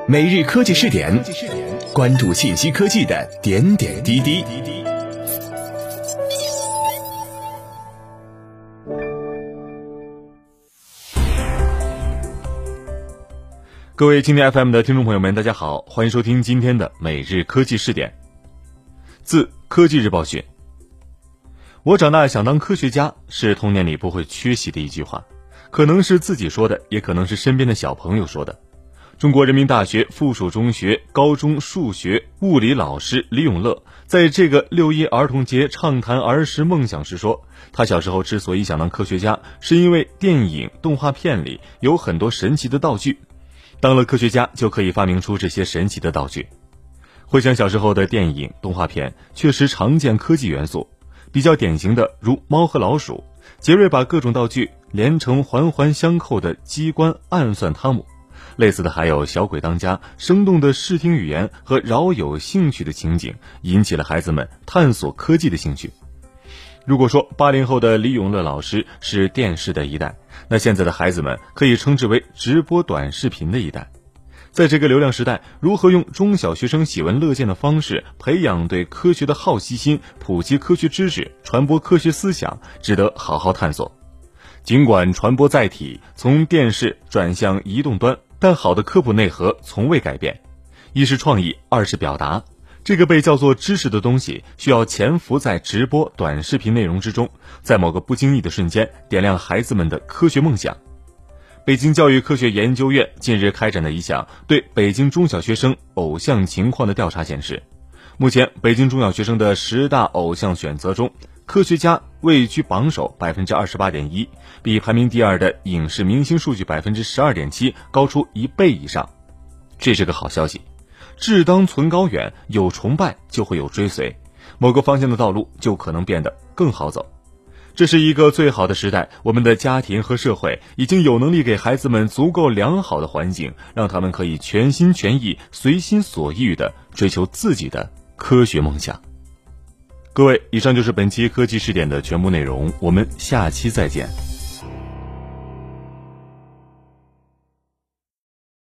每日科技视点，关注信息科技的点点滴滴。各位今天 FM 的听众朋友们，大家好，欢迎收听今天的每日科技视点。自科技日报讯，我长大想当科学家是童年里不会缺席的一句话，可能是自己说的，也可能是身边的小朋友说的。中国人民大学附属中学高中数学物理老师李永乐在这个6·1儿童节畅谈儿时梦想时说，他小时候之所以想当科学家，是因为电影动画片里有很多神奇的道具，当了科学家就可以发明出这些神奇的道具。回想小时候的电影动画片，确实常见科技元素，比较典型的如猫和老鼠，杰瑞把各种道具连成环环相扣的机关暗算汤姆。类似的还有小鬼当家，生动的视听语言和饶有兴趣的情景，引起了孩子们探索科技的兴趣。如果说80后的李永乐老师是电视的一代，那现在的孩子们可以称之为直播短视频的一代。在这个流量时代，如何用中小学生喜闻乐见的方式培养对科学的好奇心，普及科学知识，传播科学思想，值得好好探索。尽管传播载体从电视转向移动端，但好的科普内核从未改变。一是创意，二是表达。这个被叫做知识的东西，需要潜伏在直播短视频内容之中，在某个不经意的瞬间点亮孩子们的科学梦想。北京教育科学研究院近日开展的一项对北京中小学生偶像情况的调查显示，目前北京中小学生的10大偶像选择中，科学家位居榜首 28.1%， 比排名第二的影视明星数据 12.7% 高出1倍以上。这是个好消息，志当存高远，有崇拜就会有追随，某个方向的道路就可能变得更好走。这是一个最好的时代，我们的家庭和社会已经有能力给孩子们足够良好的环境，让他们可以全心全意随心所欲地追求自己的科学梦想。各位，以上就是本期科技视点的全部内容，我们下期再见。